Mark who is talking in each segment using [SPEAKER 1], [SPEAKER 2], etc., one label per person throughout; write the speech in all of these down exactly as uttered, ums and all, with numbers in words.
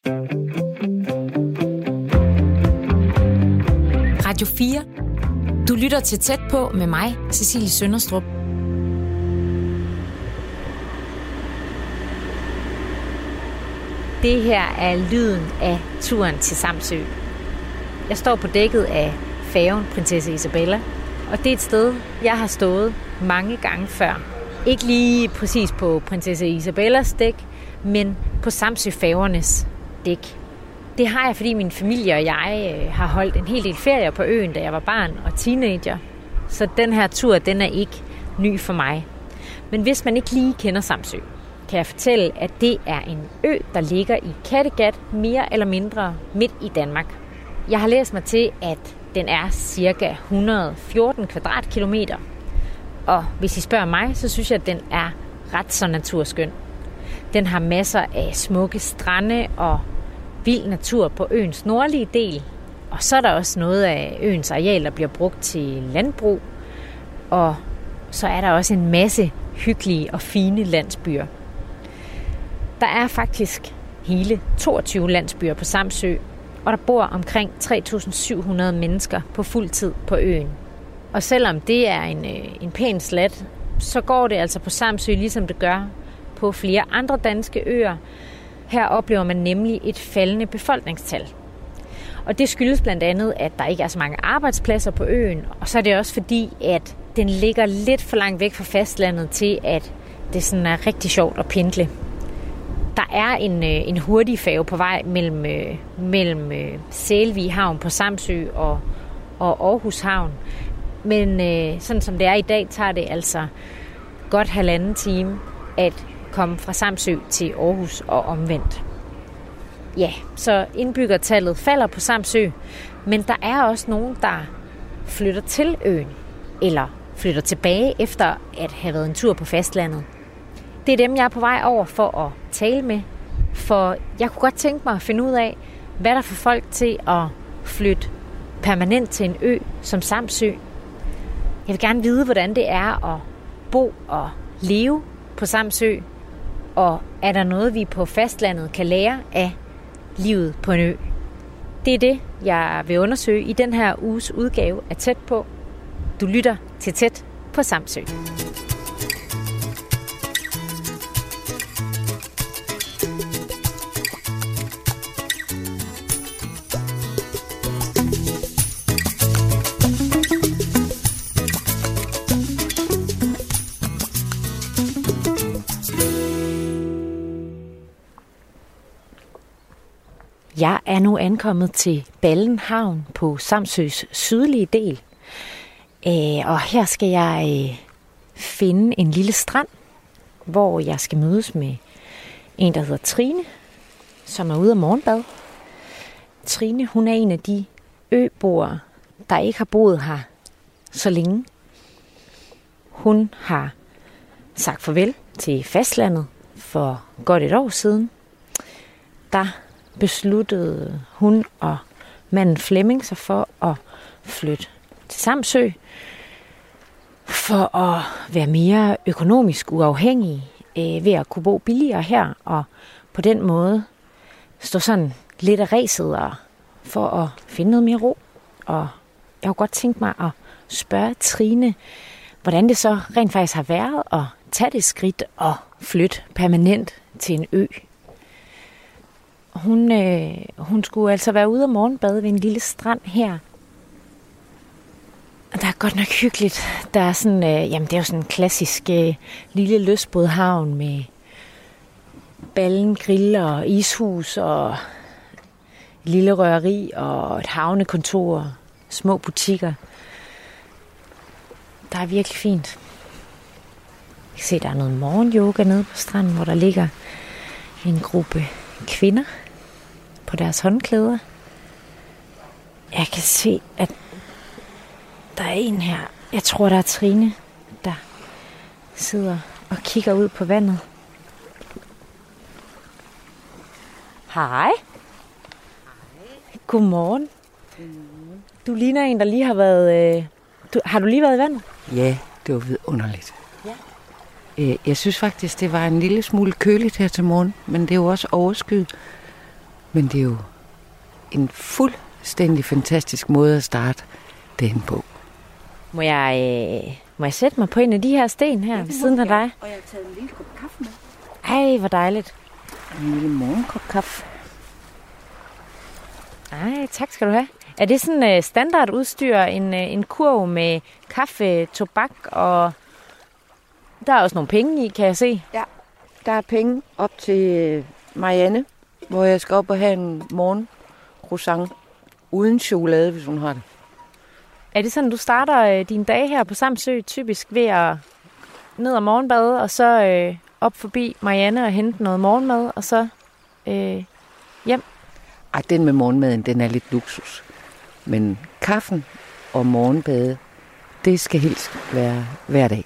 [SPEAKER 1] Radio fire. Du lytter til Tæt på med mig, Cecilie Sønderstrup.
[SPEAKER 2] Det her er lyden af turen til Samsø. Jeg står på dækket af færgen Prinsesse Isabella, og det er et sted, jeg har stået mange gange før. Ikke lige præcis på Prinsesse Isabellas dæk, men på Samsø-færgernes dæk. Det har jeg, fordi min familie og jeg har holdt en hel del ferier på øen, da jeg var barn og teenager. Så den her tur, den er ikke ny for mig. Men hvis man ikke lige kender Samsø, kan jeg fortælle, at det er en ø, der ligger i Kattegat, mere eller mindre midt i Danmark. Jeg har læst mig til, at den er cirka et hundrede og fjorten kvadratkilometer. Og hvis I spørger mig, så synes jeg, at den er ret så naturskøn. Den har masser af smukke strande og vild natur på øens nordlige del. Og så er der også noget af øens areal, der bliver brugt til landbrug. Og så er der også en masse hyggelige og fine landsbyer. Der er faktisk hele toogtyve landsbyer på Samsø, og der bor omkring tre tusind syv hundrede mennesker på fuld tid på øen. Og selvom det er en, en pæn slat, så går det altså på Samsø, ligesom det gør på flere andre danske øer. Her oplever man nemlig et faldende befolkningstal. Og det skyldes blandt andet, at der ikke er så mange arbejdspladser på øen, og så er det også fordi, at den ligger lidt for langt væk fra fastlandet til, at det sådan er rigtig sjovt at pendle. Der er en, en hurtig færge på vej mellem, mellem Sælvig Havn på Samsø og, og Aarhus Havn. Men sådan som det er i dag, tager det altså godt halvanden time at komme fra Samsø til Aarhus og omvendt. Ja, så indbyggertallet falder på Samsø, men der er også nogen, der flytter til øen, eller flytter tilbage efter at have været en tur på fastlandet. Det er dem, jeg er på vej over for at tale med, for jeg kunne godt tænke mig at finde ud af, hvad der får folk til at flytte permanent til en ø som Samsø. Jeg vil gerne vide, hvordan det er at bo og leve på Samsø, og er der noget, vi på fastlandet kan lære af livet på en ø. Det er det, jeg vil undersøge i den her uges udgave af Tæt på. Du lytter til Tæt på Samsø. Jeg er nu ankommet til Ballen Havn på Samsøs sydlige del. Og her skal jeg finde en lille strand, hvor jeg skal mødes med en, der hedder Trine, som er ude af morgenbad. Trine, hun er en af de øboere, der ikke har boet her så længe. Hun har sagt farvel til fastlandet for godt et år siden. Der besluttede hun og manden Flemming sig for at flytte til Samsø for at være mere økonomisk uafhængig øh, ved at kunne bo billigere her og på den måde stå sådan lidt af ræset og for at finde noget mere ro. Og jeg kunne godt tænke mig at spørge Trine, hvordan det så rent faktisk har været at tage det skridt og flytte permanent til en ø. Hun, øh, hun skulle altså være ude af morgenbade ved en lille strand her. Og der er godt nok hyggeligt. Der er sådan, øh, jamen det er jo sådan en klassisk øh, lille lystbådhavn med Ballen grill og ishus og lille røgeri og et havnekontor og små butikker. Der er virkelig fint. Jeg kan se, der er noget morgenyoga nede på stranden, hvor der ligger en gruppe kvinder på deres håndklæder. Jeg kan se, at der er en her. Jeg tror, der er Trine, der sidder og kigger ud på vandet. Hej. Godmorgen. Godmorgen. Du ligner en, der lige har været... Øh, du, har du lige været i vandet?
[SPEAKER 3] Ja, det var vidunderligt.
[SPEAKER 2] Ja.
[SPEAKER 3] Jeg synes faktisk, det var en lille smule køligt her til morgen, men det er jo også overskyet. Men det er jo en fuldstændig fantastisk måde at starte dagen på.
[SPEAKER 2] Må jeg, øh, må jeg sætte mig på en af de her sten her ja, ved siden af dig?
[SPEAKER 3] Og jeg har taget en lille kop kaffe med.
[SPEAKER 2] Ej, hvor dejligt.
[SPEAKER 3] En lille morgenkop kaffe.
[SPEAKER 2] Ej, tak skal du have. Er det sådan uh, standardudstyr, en, uh, en kurv med kaffe, tobak, og der er også nogle penge i, kan jeg se?
[SPEAKER 3] Ja, der er penge op til Marianne, hvor jeg skal op og have en morgencroissant uden chokolade, hvis hun har det.
[SPEAKER 2] Er det sådan, du starter uh, dine dage her på Samsø, typisk ved at ned og morgenbade, og så uh, op forbi Marianne og hente noget morgenmad, og så uh, hjem?
[SPEAKER 3] Ej, den med morgenmaden, den er lidt luksus. Men kaffen og morgenbade, det skal helst være hver dag.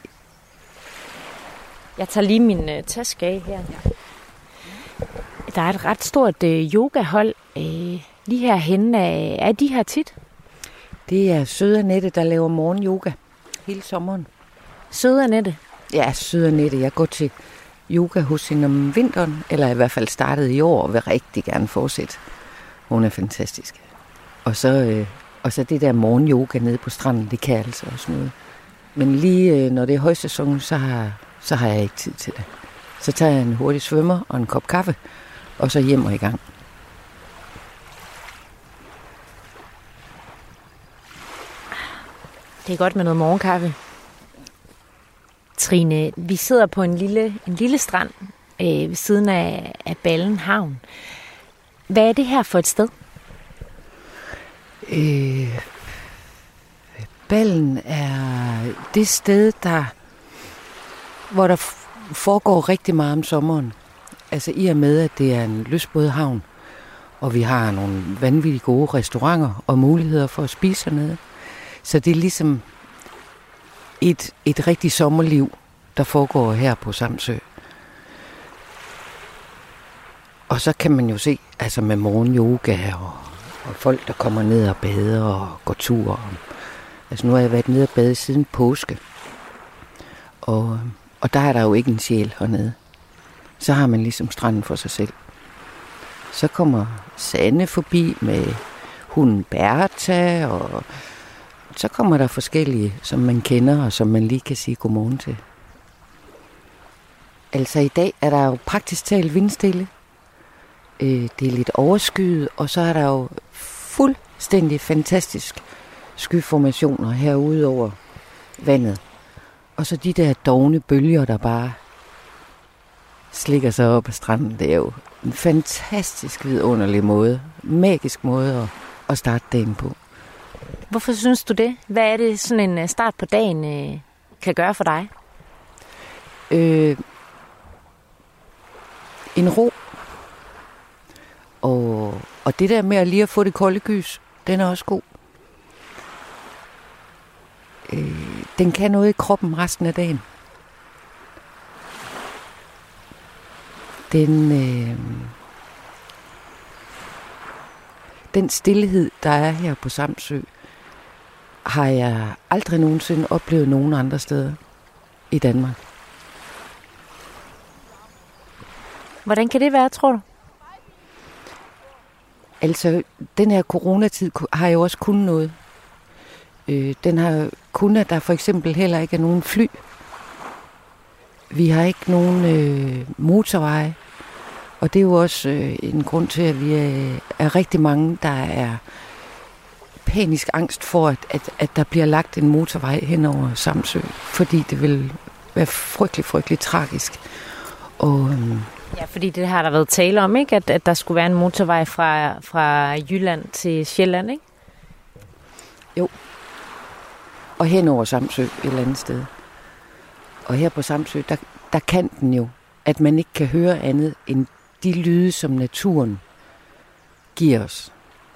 [SPEAKER 2] Jeg tager lige min uh, taske af her. Der er et ret stort uh, yogahold uh, lige herhenne. Uh, er de her tit?
[SPEAKER 3] Det er Søde Annette, der laver morgenyoga hele sommeren.
[SPEAKER 2] Søde Annette?
[SPEAKER 3] Ja, Søde Annette. Jeg går til yoga hos hende om vinteren, eller i hvert fald startede i år, og vil rigtig gerne fortsætte. Hun er fantastisk. Og så, øh, og så det der morgenyoga nede på stranden, det kan altså også noget. Men lige øh, når det er højsæson, så har, så har jeg ikke tid til det. Så tager jeg en hurtig svømmer og en kop kaffe, og så hjem og i gang.
[SPEAKER 2] Det er godt med noget morgenkaffe. Trine, vi sidder på en lille, en lille strand øh, ved siden af, af Ballen Havn. Hvad er det her for et sted?
[SPEAKER 3] Øh, Ballen er det sted, der, hvor der foregår rigtig meget om sommeren. Altså i og med, at det er en lystbådehavn, og vi har nogle vanvittigt gode restauranter og muligheder for at spise hernede. Så det er ligesom et, et rigtigt sommerliv, der foregår her på Samsø. Og så kan man jo se, altså med morgenyoga og, og folk, der kommer ned og bader og går tur. Altså nu har jeg været nede og bade siden påske. Og, og der er der jo ikke en sjæl hernede. Så har man ligesom stranden for sig selv. Så kommer Sanne forbi med hunden Bertha, og så kommer der forskellige, som man kender, og som man lige kan sige godmorgen til. Altså i dag er der jo praktisk talt vindstille. Det er lidt overskyet, og så er der jo fuldstændig fantastisk skyformationer herude over vandet. Og så de der dovne bølger, der bare slikker sig op ad stranden. Det er jo en fantastisk vidunderlig måde, magisk måde at, at starte dagen på.
[SPEAKER 2] Hvorfor synes du det? Hvad er det, sådan en start på dagen øh, kan gøre for dig?
[SPEAKER 3] Øh, en ro. Og, og det der med at lige at få det kolde gys, den er også god. Øh, den kan noget i kroppen resten af dagen. Den, øh, den stillhed, der er her på Samsø, har jeg aldrig nogensinde oplevet nogen andre steder i Danmark.
[SPEAKER 2] Hvordan kan det være, tror du?
[SPEAKER 3] Altså, den her coronatid har jo også kun noget. Øh, den har kun, at der for eksempel heller ikke er nogen fly. Vi har ikke nogen øh, motorveje. Og det er jo også øh, en grund til, at vi er, er rigtig mange, der er panisk angst for, at, at, at der bliver lagt en motorvej hen over Samsø. Fordi det vil være frygtelig, frygtelig tragisk. Og øh,
[SPEAKER 2] ja, fordi det har der været tale om, ikke? At, at der skulle være en motorvej fra, fra Jylland til Sjælland, ikke?
[SPEAKER 3] Jo. Og hen over Samsø et eller andet sted. Og her på Samsø, der, der kan den jo, at man ikke kan høre andet end de lyde, som naturen giver os.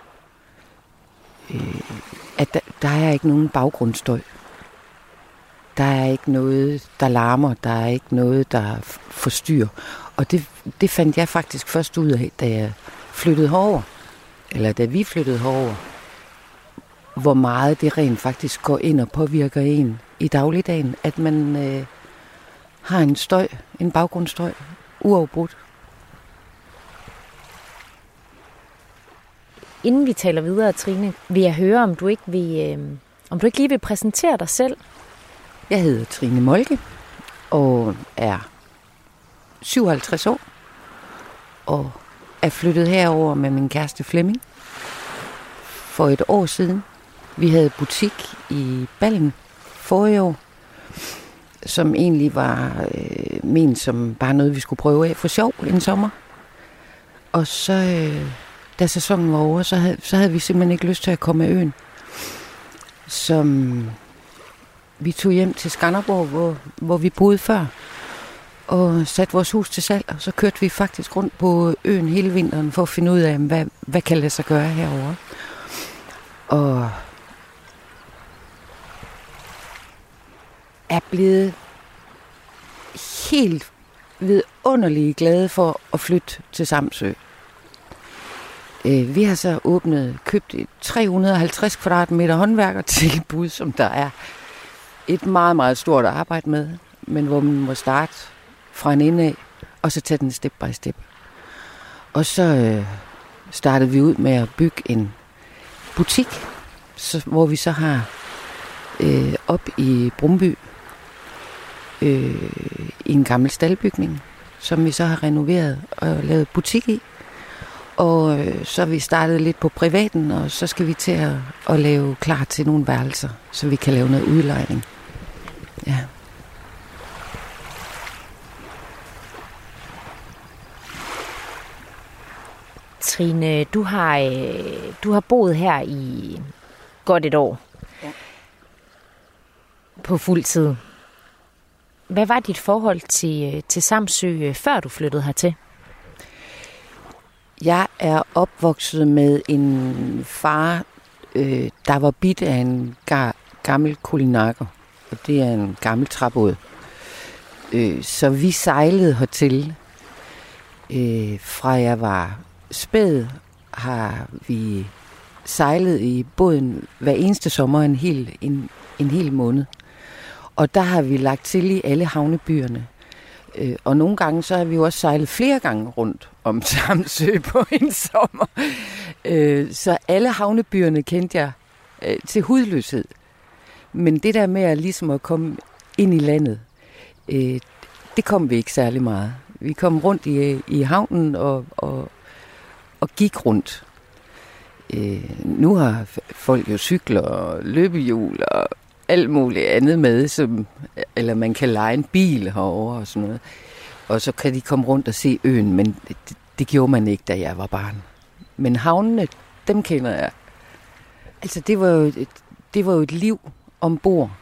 [SPEAKER 3] Øh, at der, der er ikke nogen baggrundsstøj. Der er ikke noget, der larmer. Der er ikke noget, der forstyrrer. Og det, det fandt jeg faktisk først ud af, da jeg flyttede herover. Eller da vi flyttede herover. Hvor meget det rent faktisk går ind og påvirker en i dagligdagen. At man øh, har en støj, en baggrundsstøj, uafbrudt.
[SPEAKER 2] Inden vi taler videre, Trine, vil jeg høre, om du ikke, vil, øh, om du ikke lige vil præsentere dig selv?
[SPEAKER 3] Jeg hedder Trine Molke og er syvoghalvtreds år og er flyttet herover med min kæreste Flemming for et år siden. Vi havde butik i Ballen forrige år, som egentlig var øh, ment som bare noget, vi skulle prøve af for sjov en sommer. Og så, øh, da sæsonen var over, så havde, så havde vi simpelthen ikke lyst til at komme af øen. Som vi tog hjem til Skanderborg, hvor, hvor vi boede før, og satte vores hus til salg. Og så kørte vi faktisk rundt på øen hele vinteren for at finde ud af, hvad, hvad kan lade sig gøre herovre. Og er blevet helt vidunderligt glade for at flytte til Samsø. Vi har så åbnet, købt et tre hundrede og halvtreds kvadratmeter håndværkertilbud, som der er et meget, meget stort arbejde med, men hvor man må starte fra en ende af, og så tage den step by step. Og så øh, startede vi ud med at bygge en butik, så, hvor vi så har øh, op i Brumby øh, i en gammel staldbygning, som vi så har renoveret og lavet butik i. Og øh, så er vi startet lidt på privaten, og så skal vi til at, at lave klar til nogle værelser, så vi kan lave noget udlejning. Ja.
[SPEAKER 2] Trine, du har, øh, du har boet her i godt et år. Ja. På fuld tid. Hvad var dit forhold til, til Samsø, før du flyttede hertil?
[SPEAKER 3] Jeg er opvokset med en far, øh, der var bidt af en gar, gammel kulinaker, og det er en gammel træbåd. Øh, så vi sejlede hertil. Øh, fra jeg var spæd, har vi sejlet i båden hver eneste sommer en hel, en, en hel måned. Og der har vi lagt til i alle havnebyerne. Øh, og nogle gange så har vi jo også sejlet flere gange rundt om Samsø på en sommer. Øh, så alle havnebyerne kendte jeg øh, til hudløshed. Men det der med at, ligesom at komme ind i landet, øh, det kom vi ikke særlig meget. Vi kom rundt i, i havnen og, og, og gik rundt. Øh, nu har folk jo cykler og løbehjul og alt muligt andet med, som, eller man kan leje en bil herovre og sådan noget. Og så kan de komme rundt og se øen, men det, det gjorde man ikke, da jeg var barn. Men havnene, dem kender jeg. Altså, det var jo et, det var jo et liv ombord.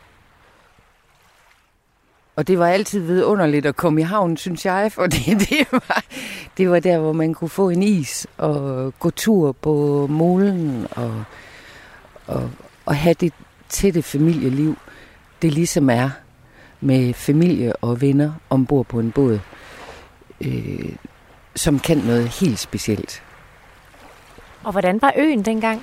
[SPEAKER 3] Og det var altid vidunderligt at komme i havnen, synes jeg, for det, det, var, det var der, hvor man kunne få en is og gå tur på molen og, og, og have det tætte familieliv, det ligesom er med familie og venner ombord på en båd, øh, som kan noget helt specielt.
[SPEAKER 2] Og hvordan var øen dengang?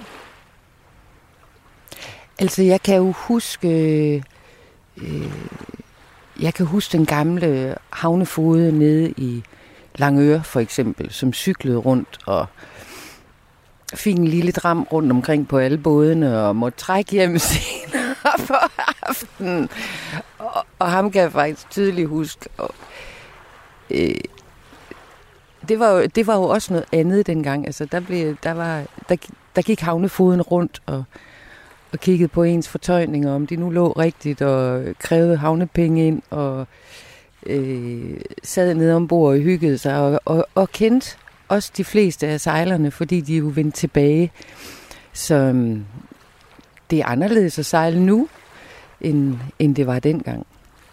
[SPEAKER 3] Altså, jeg kan jo huske, øh, jeg kan huske den gamle havnefoged nede i Langøre, for eksempel, som cyklede rundt og fik en lille dram rundt omkring på alle bådene og måtte trække hjem senere på aftenen. Og, og ham kan jeg faktisk tydeligt huske. Og, øh, det, var jo, det var jo også noget andet dengang. Altså, der, blev, der, var, der, der gik havnefoden rundt og, og kiggede på ens fortøjninger, om de nu lå rigtigt, og krævede havnepenge ind, og øh, sad nede ombord og hyggede sig, og, og, og kendte også de fleste af sejlerne, fordi de jo vendte tilbage. Så um, det er anderledes at sejle nu, end, end det var dengang.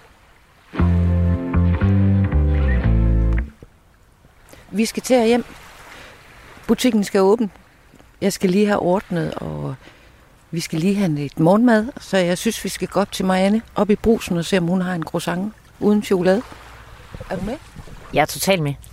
[SPEAKER 3] Vi skal til at hjem. Butikken skal åbne. Jeg skal lige have ordnet, og vi skal lige have et morgenmad, så jeg synes, vi skal gå op til Marianne, op i Brugsen, og se, om hun har en croissant uden chokolade. Er du med?
[SPEAKER 2] Jeg er totalt med.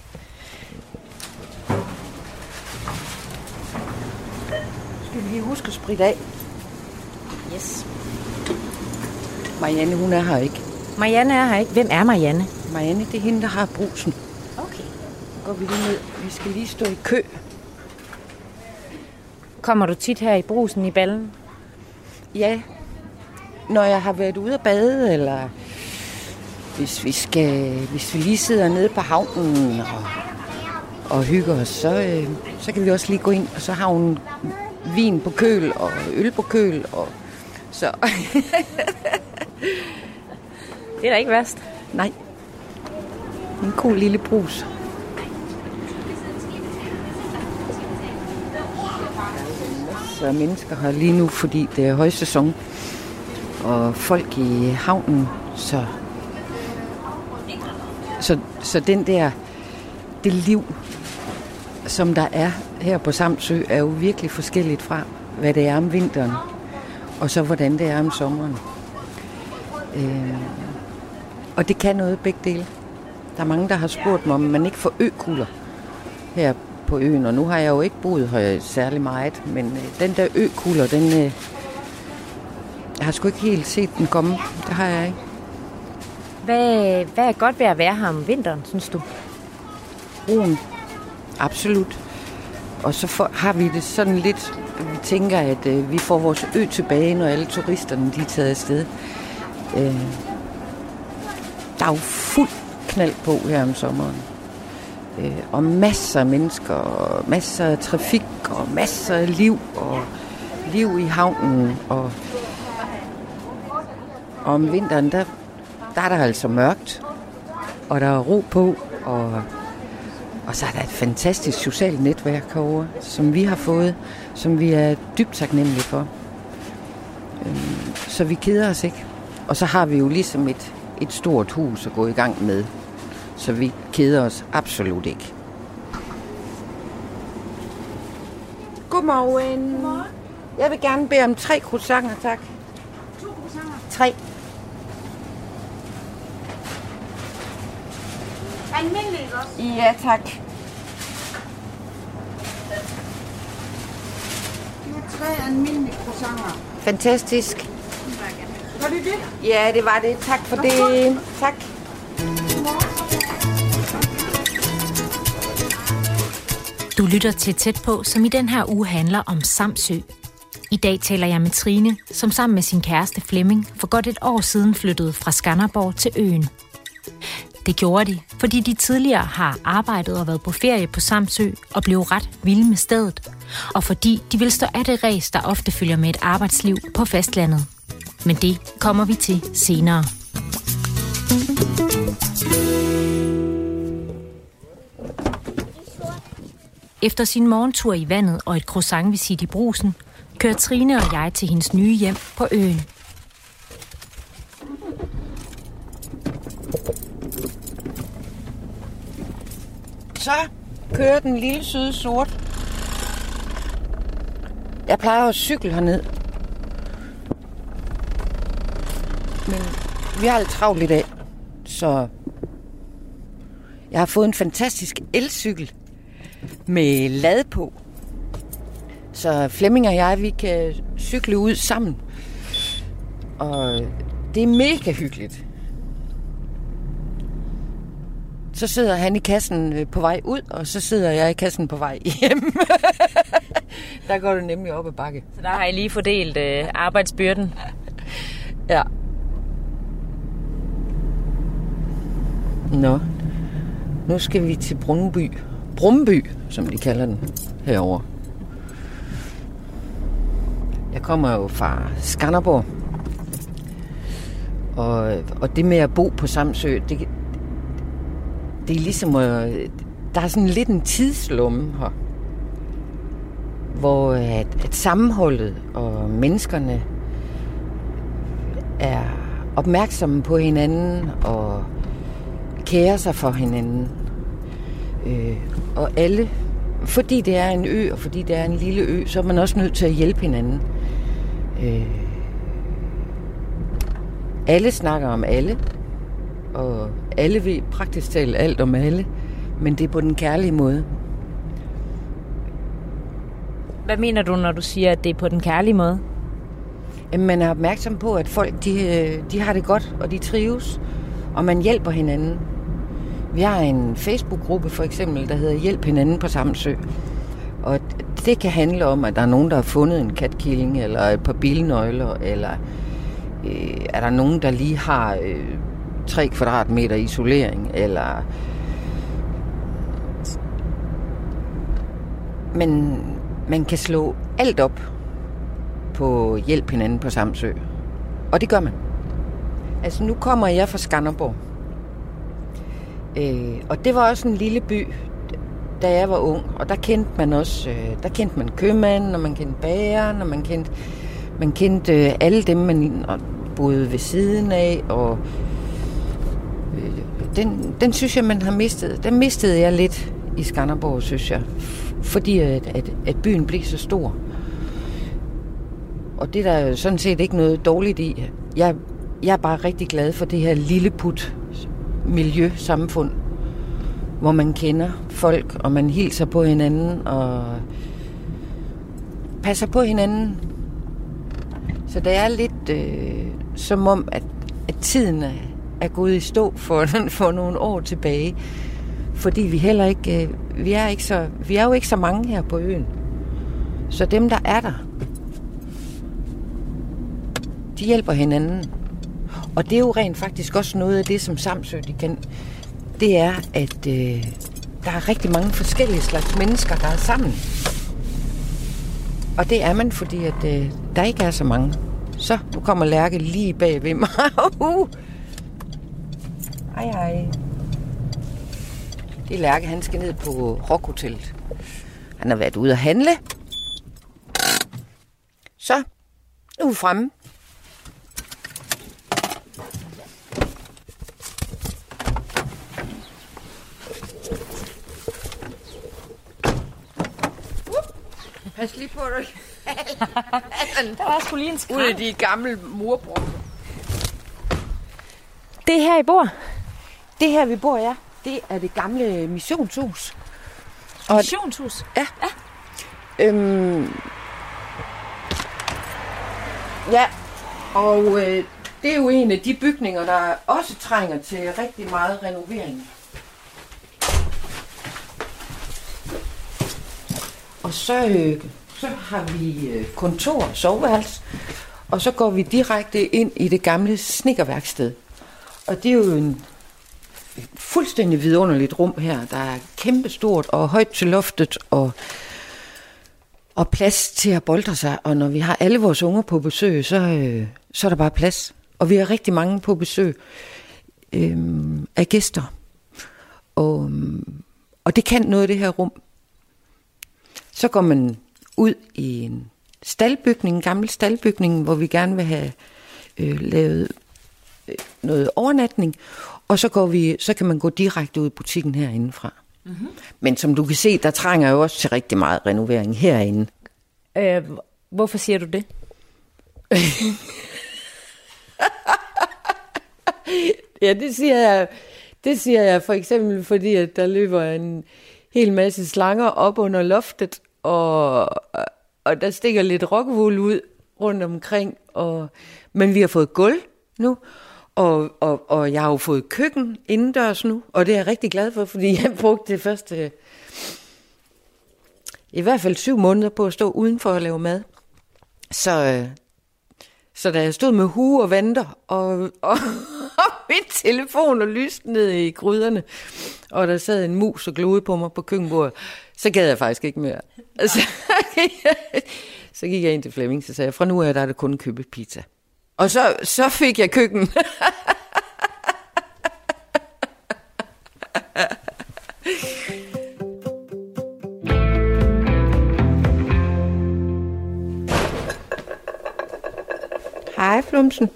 [SPEAKER 3] Skal vi lige huske at spritte af?
[SPEAKER 2] Yes.
[SPEAKER 3] Marianne, hun er her ikke.
[SPEAKER 2] Marianne er her ikke. Hvem er Marianne?
[SPEAKER 3] Marianne, det er hende, der har Brugsen.
[SPEAKER 2] Okay.
[SPEAKER 3] Så går vi lige ned. Vi skal lige stå i kø.
[SPEAKER 2] Kommer du tit her i Brugsen i Ballen?
[SPEAKER 3] Ja, når jeg har været ude at bade, eller hvis vi, skal, hvis vi lige sidder nede på havnen og, og hygger os, så, øh, så kan vi også lige gå ind, og så har hun vin på køl og øl på køl. Og, så.
[SPEAKER 2] Det er da ikke værst.
[SPEAKER 3] Nej. En god lille brus. Så mennesker her lige nu, fordi det er højsæson. Og folk i havnen, så, så, så den der, det liv, som der er her på Samsø, er jo virkelig forskelligt fra, hvad det er om vinteren, og så hvordan det er om sommeren. Øh, og det kan noget begge dele. Der er mange, der har spurgt mig, om man ikke får økulder her på øen, og nu har jeg jo ikke boet her særlig meget, men øh, den der økulder, den... Øh, jeg har sgu ikke helt set den komme. Det har jeg ikke.
[SPEAKER 2] Hvad, hvad er godt ved at være her om vinteren, synes du?
[SPEAKER 3] Roen. Absolut. Og så for, har vi det sådan lidt, vi tænker, at øh, vi får vores ø tilbage, når alle turisterne de er taget afsted. Øh, der er jo fuld knald på her om sommeren. Øh, og masser af mennesker, og masser af trafik, og masser af liv, og liv i havnen, og Og om vinteren, der, der er der altså mørkt, og der er ro på, og, og så er der et fantastisk socialt netværk herovre, som vi har fået, som vi er dybt taknemmelige for. Så vi keder os ikke. Og så har vi jo ligesom et, et stort hus at gå i gang med, så vi keder os absolut ikke. Godmorgen. Godmorgen. Jeg vil gerne bede om tre croissanter, tak.
[SPEAKER 4] To croissanter?
[SPEAKER 3] Tre.
[SPEAKER 4] Almindeligt også?
[SPEAKER 3] Ja, tak.
[SPEAKER 4] Det var tre almindelige croissanter.
[SPEAKER 3] Fantastisk.
[SPEAKER 4] Var det det?
[SPEAKER 3] Ja, det var det. Tak for det. Tak.
[SPEAKER 1] Du lytter til Tæt på, som i den her uge handler om Samsø. I dag taler jeg med Trine, som sammen med sin kæreste Flemming for godt et år siden flyttede fra Skanderborg til øen. Det gjorde de, fordi de tidligere har arbejdet og været på ferie på Samsø og blev ret vilde med stedet. Og fordi de vil stå af det ræs, der ofte følger med et arbejdsliv på fastlandet. Men det kommer vi til senere. Efter sin morgentur i vandet og et croissantvisit i Brugsen, kører Trine og jeg til hendes nye hjem på øen.
[SPEAKER 3] Så kører den lille søde sort. Jeg plejer at cykle herned. Men vi har lidt travlt i dag, så jeg har fået en fantastisk elcykel med lad på. Så Flemming og jeg, vi kan cykle ud sammen. Og det er mega hyggeligt. Så sidder han i kassen på vej ud, og så sidder jeg i kassen på vej hjem. Der går det nemlig op ad bakke.
[SPEAKER 2] Så der har I lige fordelt øh, arbejdsbyrden.
[SPEAKER 3] Ja. Nå. Nu skal vi til Brumby. Brumby, som de kalder den herovre. Jeg kommer jo fra Skanderborg. Og, og det med at bo på Samsø, det, det er ligesom at, der er sådan lidt en tidslumme her, hvor at, at sammenholdet og menneskerne er opmærksomme på hinanden og kærer sig for hinanden. Øh, og alle, fordi det er en ø, og fordi det er en lille ø, så er man også nødt til at hjælpe hinanden. Øh, alle snakker om alle, og alle ved praktisk talt alt om alle, men det er på den kærlige måde.
[SPEAKER 2] Hvad mener du, når du siger, at det er på den kærlige måde?
[SPEAKER 3] Jamen, man er opmærksom på, at folk de, de har det godt, og de trives, og man hjælper hinanden. Vi har en Facebook-gruppe for eksempel, der hedder Hjælp hinanden på Samsø. Og det kan handle om, at der er nogen, der har fundet en katkilling, eller et par bilnøgler, eller øh, er der nogen, der lige har øh, tre kvadratmeter isolering, eller... Men man kan slå alt op på hjælp hinanden på Samsø. Og det gør man. Altså, nu kommer jeg fra Skanderborg. Øh, og det var også en lille by, da jeg var ung. Og der kendte man også, øh, der kendte man købmanden, og man kendte bageren, og man kendte, man kendte øh, alle dem, man boede ved siden af. Og øh, den, den synes jeg, man har mistet. Den mistede jeg lidt i Skanderborg, synes jeg. Fordi at, at, at byen blev så stor. Og det er der sådan set ikke noget dårligt i. Jeg, jeg er bare rigtig glad for det her lilleput miljøsamfund, hvor man kender folk, og man hilser på hinanden, og passer på hinanden. Så det er lidt øh, som om, at, at tiden er, er gået i stå for, for nogle år tilbage. Fordi vi heller ikke, øh, vi er ikke så, vi er jo ikke så mange her på øen. Så dem, der er der, de hjælper hinanden. Og det er jo rent faktisk også noget af det, som Samsø de kan. Det er, at øh, der er rigtig mange forskellige slags mennesker, der er sammen. Og det er man, fordi at, øh, der ikke er så mange. Så, nu kommer Lærke lige bag ved mig. Hej, hej. Det er Lærke, han skal ned på Rockhotellet. Han har været ude at handle. Så, nu er vi fremme. Pas lige på dig.
[SPEAKER 2] Der var sgu lige en skræm.
[SPEAKER 3] Ude af de gamle murbrokker.
[SPEAKER 2] Det er her, I bor?
[SPEAKER 3] Det her, vi bor, ja. Det er det gamle missionshus.
[SPEAKER 2] Og missionshus?
[SPEAKER 3] Ja. ja. Øhm, ja, og øh, det er jo en af de bygninger, der også trænger til rigtig meget renovering. Og så, øh, så har vi øh, kontor og soveværelse, og så går vi direkte ind i det gamle snedkerværksted. Og det er jo en fuldstændig vidunderligt rum her. Der er kæmpestort og højt til loftet, og, og plads til at boltre sig. Og når vi har alle vores unger på besøg, så, øh, så er der bare plads. Og vi har rigtig mange på besøg øh, af gæster. Og, og det kan noget af det her rum. Så går man ud i en staldbygning, en gammel staldbygning, hvor vi gerne vil have øh, lavet øh, noget overnatning. Og så, går vi, så kan man gå direkte ud i butikken herindefra. Mm-hmm. Men som du kan se, der trænger jo også til rigtig meget renovering herinde.
[SPEAKER 2] Øh, hvorfor siger du det?
[SPEAKER 3] Ja, det siger jeg. Det siger jeg for eksempel, fordi at der løber en hel masse slanger op under loftet, og, og der stikker lidt rockwool ud rundt omkring. Og, men vi har fået gulv nu, og, og, og jeg har jo fået køkken indendørs nu, og det er jeg rigtig glad for, fordi jeg brugte det første i hvert fald syv måneder på at stå udenfor og lave mad. Så, så da jeg stod med hue og vanter, og, og, og min telefon og lyste ned i gryderne, og der sad en mus og glode på mig på køkkenbordet, så gad jeg faktisk ikke mere. Så, så gik jeg ind til Flemming, så sagde jeg, fra nu af der er det kun købe pizza. Og så, så fik jeg køkken. Hej, Flumsen.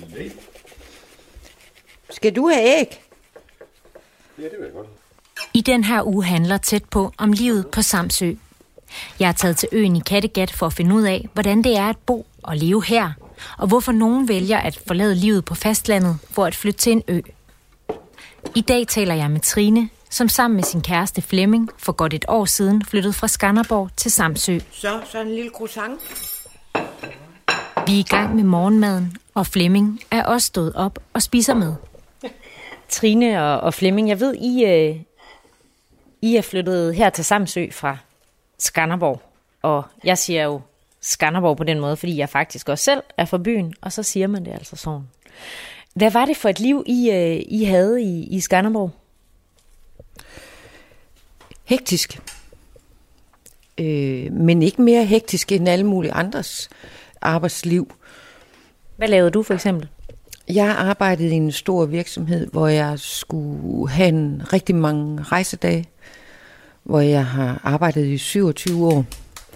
[SPEAKER 3] Skal du have æg?
[SPEAKER 5] Ja, det vil jeg godt.
[SPEAKER 1] I den her uge handler Tæt på om livet på Samsø. Jeg er taget til øen i Kattegat for at finde ud af, hvordan det er at bo og leve her, og hvorfor nogen vælger at forlade livet på fastlandet for at flytte til en ø. I dag taler jeg med Trine, som sammen med sin kæreste Flemming for godt et år siden flyttede fra Skanderborg til Samsø.
[SPEAKER 3] Så, så en lille croissant.
[SPEAKER 1] Vi er i gang med morgenmaden, og Flemming er også stået op og spiser med.
[SPEAKER 2] Trine og, og Flemming, jeg ved, I, øh, I er flyttet her til Samsø fra Skanderborg. og jeg siger jo Skanderborg på den måde, fordi jeg faktisk også selv er fra byen, og så siger man det altså sådan. Hvad var det for et liv, I, I havde i, i Skanderborg?
[SPEAKER 3] Hektisk. Øh, men ikke mere hektisk end alle mulige andres arbejdsliv.
[SPEAKER 2] Hvad lavede du for eksempel?
[SPEAKER 3] Jeg arbejdede i en stor virksomhed, hvor jeg skulle have en rigtig mange rejsedage, hvor jeg har arbejdet i syvogtyve år.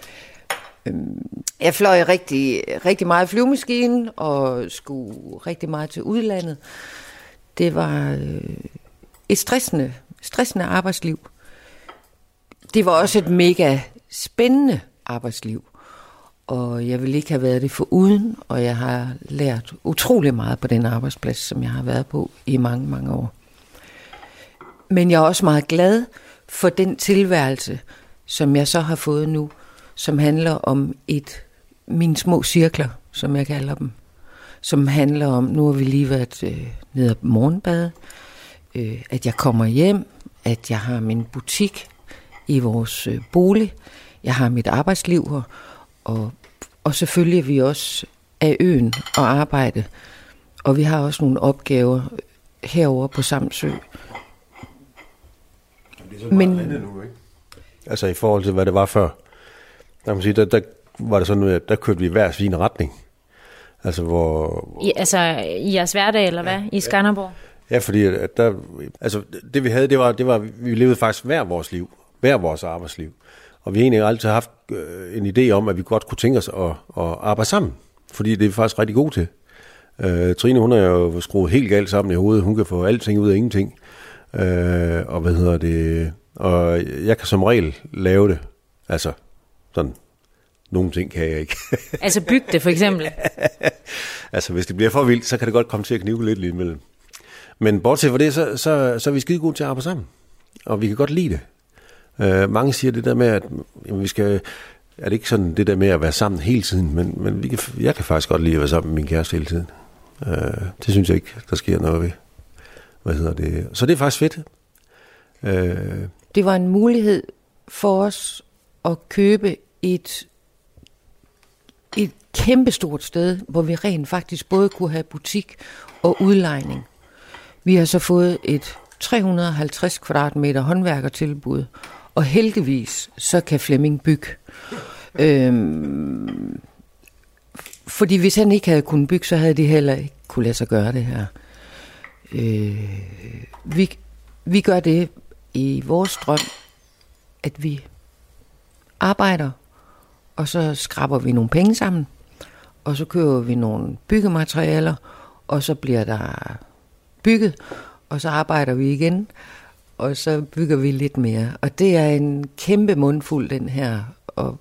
[SPEAKER 3] Jeg fløj rigtig, rigtig meget flyvemaskinen og skulle rigtig meget til udlandet. Det var et stressende, stressende arbejdsliv. Det var også et mega spændende arbejdsliv, og jeg ville ikke have været det foruden, og jeg har lært utrolig meget på den arbejdsplads, som jeg har været på i mange, mange år. Men jeg er også meget glad for den tilværelse, som jeg så har fået nu, som handler om et mine små cirkler, som jeg kalder dem, som handler om, nu har vi lige været øh, nede af morgenbad, øh, at jeg kommer hjem, at jeg har min butik i vores øh, bolig, jeg har mit arbejdsliv her, og, og selvfølgelig er vi også af øen og arbejde, og vi har også nogle opgaver herovre på Samsø.
[SPEAKER 5] Det er så Men, meget andet nu, ikke? Altså i forhold til, hvad det var før. Der, man sige, der, der var det sådan, at der kørte vi i hver sin retning. Altså hvor...
[SPEAKER 2] I, altså i jeres hverdag, eller hvad? Ja, I Skanderborg?
[SPEAKER 5] Ja, fordi at der, altså, det vi havde, det var, det var, vi levede faktisk hver vores liv. Hver vores arbejdsliv. Og vi har egentlig altid haft øh, en idé om, at vi godt kunne tænke os at, at arbejde sammen. Fordi det er vi faktisk rigtig gode til. Øh, Trine, hun er jo skruet helt galt sammen i hovedet. Hun kan få alting ud af ingenting. Øh, og hvad hedder det... Og jeg kan som regel lave det. Altså, sådan... Nogle ting kan jeg ikke.
[SPEAKER 2] Altså bygge det, for eksempel?
[SPEAKER 5] Altså, hvis det bliver for vildt, så kan det godt komme til at knive lidt lidt imellem. Men bortset fra det, så, så, så er vi skide gode til at arbejde sammen. Og vi kan godt lide det. Uh, mange siger det der med, at jamen, vi skal... Er det ikke sådan det der med at være sammen hele tiden? Men, men vi kan, jeg kan faktisk godt lide at være sammen med min kæreste hele tiden. Uh, det synes jeg ikke, der sker noget ved. Hvad hedder det? Så det er faktisk fedt. Uh,
[SPEAKER 3] det var en mulighed for os at købe et... et kæmpestort sted, hvor vi rent faktisk både kunne have butik og udlejning. Vi har så fået et tre hundrede og halvtreds kvadratmeter håndværkertilbud, og heldigvis så kan Flemming bygge. Øhm, fordi hvis han ikke havde kunnet bygge, så havde de heller ikke kunne lade sig gøre det her. Øh, vi, vi gør det i vores drøm, at vi arbejder, og så skraber vi nogle penge sammen, og så køber vi nogle byggematerialer, og så bliver der bygget, og så arbejder vi igen, og så bygger vi lidt mere. Og det er en kæmpe mundfuld, den her. Og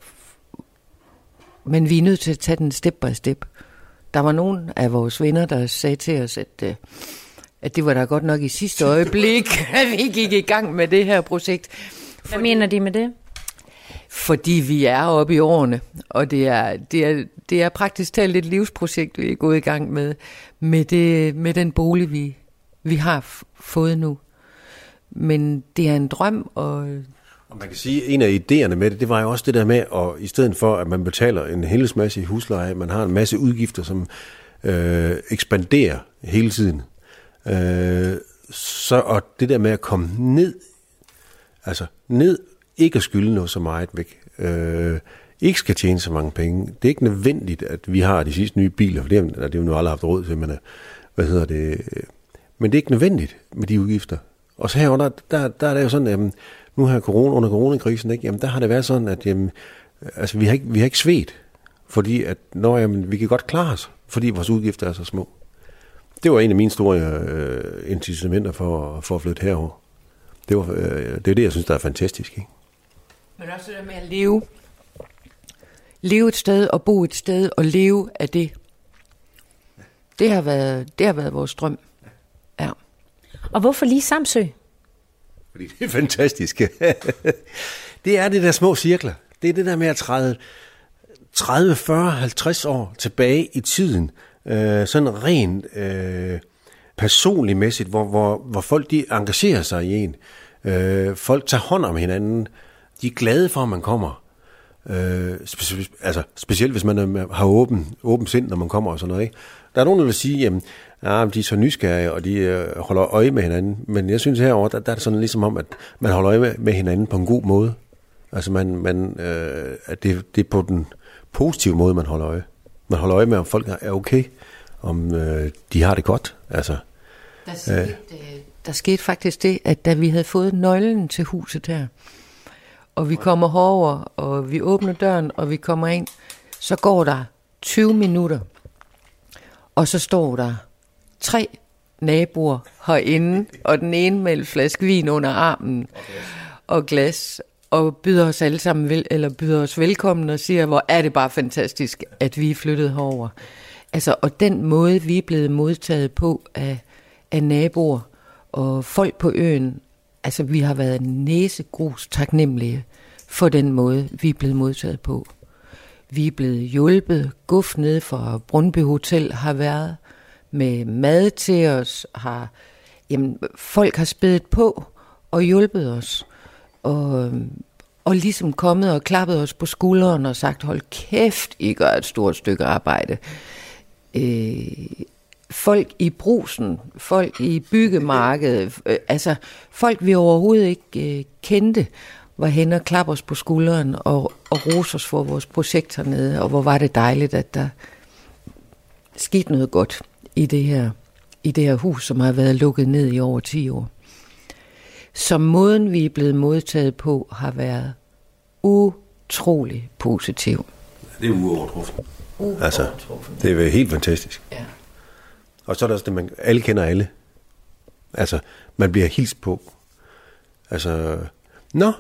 [SPEAKER 3] men vi er nødt til at tage den step by step. Der var nogle af vores venner, der sagde til os, at, at det var da godt nok i sidste øjeblik, at vi gik i gang med det her projekt.
[SPEAKER 2] Hvad For, mener de med det?
[SPEAKER 3] Fordi vi er oppe i årene, og det er, det er, det er praktisk talt et livsprojekt, vi er gået i gang med, med, det, med den bolig, vi, vi har f- fået nu. Men det er en drøm, og...
[SPEAKER 5] Og man kan sige, at en af idéerne med det, det var jo også det der med, at i stedet for, at man betaler en helvedes masse i husleje, man har en masse udgifter, som øh, ekspanderer hele tiden. Øh, så og det der med at komme ned, altså ned, ikke at skylde noget så meget væk, øh, ikke skal tjene så mange penge. Det er ikke nødvendigt, at vi har de sidste nye biler, for det har vi jo aldrig haft råd til, men hvad hedder det? Men det er ikke nødvendigt med de udgifter. Og så herunder, der, der er det jo sådan, at nu her corona, under coronakrisen, ikke, jamen, der har det været sådan, at jamen, altså, vi, har ikke, vi har ikke svedt, fordi at, nå, jamen, vi kan godt klare os, fordi vores udgifter er så små. Det var en af mine store øh, incitamenter for, for at flytte herover. Det, var, øh, det er det, jeg synes, der er fantastisk. Ikke?
[SPEAKER 3] Men også det der med at leve. Leve et sted og bo et sted og leve af det. Det har været, det har været vores drøm. Ja.
[SPEAKER 2] Og hvorfor lige Samsø?
[SPEAKER 5] Fordi det er fantastisk. Det er det der små cirkler. Det er det der med at træde tredive, fyrre, halvtreds år tilbage i tiden. Øh, sådan rent øh, personligmæssigt, hvor, hvor, hvor folk de engagerer sig i en. Øh, folk tager hånd om hinanden. De er glade for, at man kommer. Øh, spe- altså, specielt hvis man er, har åben, åben sind, når man kommer og sådan noget. Ikke? Der er nogen, der vil sige, at ja, de er så nysgerrige, og de øh, holder øje med hinanden. Men jeg synes herovre, der, der er det sådan ligesom om, at man holder øje med, med hinanden på en god måde. Altså, man, man, øh, at det, det er på den positive måde, man holder øje. Man holder øje med, om folk er okay, om øh, de har det godt. Altså,
[SPEAKER 3] der, skete, øh, der skete faktisk det, at da vi havde fået nøglen til huset her, og vi kommer herover, og vi åbner døren, og vi kommer ind, så går der tyve minutter, og så står der tre naboer herinde, og den ene med en flaske vin under armen, og glas, og byder os alle sammen vel, eller byder os velkommen og siger, hvor er det bare fantastisk, at vi er flyttet herover. Altså, og den måde, vi er blevet modtaget på af, af naboer og folk på øen, altså, vi har været næsegrus taknemmelige for den måde, vi er blevet modtaget på. Vi er blevet hjulpet. Guf nede fra Brøndby Hotel har været med mad til os. Har, jamen, folk har spædet på og hjulpet os. Og, og ligesom kommet og klappet os på skulderen og sagt, hold kæft, I gør et stort stykke arbejde. Øh, folk i Brugsen, folk i byggemarkedet, øh, altså folk vi overhovedet ikke øh, kendte, var hen og klappe os på skulderen og, og rose os for vores projekt hernede, og hvor var det dejligt, at der skete noget godt i det her, i det her hus, som har været lukket ned i over ti år. Så måden, vi er blevet modtaget på, har været utrolig positiv.
[SPEAKER 5] Det er uovertruffen. Altså, det er helt fantastisk.
[SPEAKER 3] Ja.
[SPEAKER 5] Og så er der også det, man alle kender alle. Altså, man bliver hilst på. Altså, nå,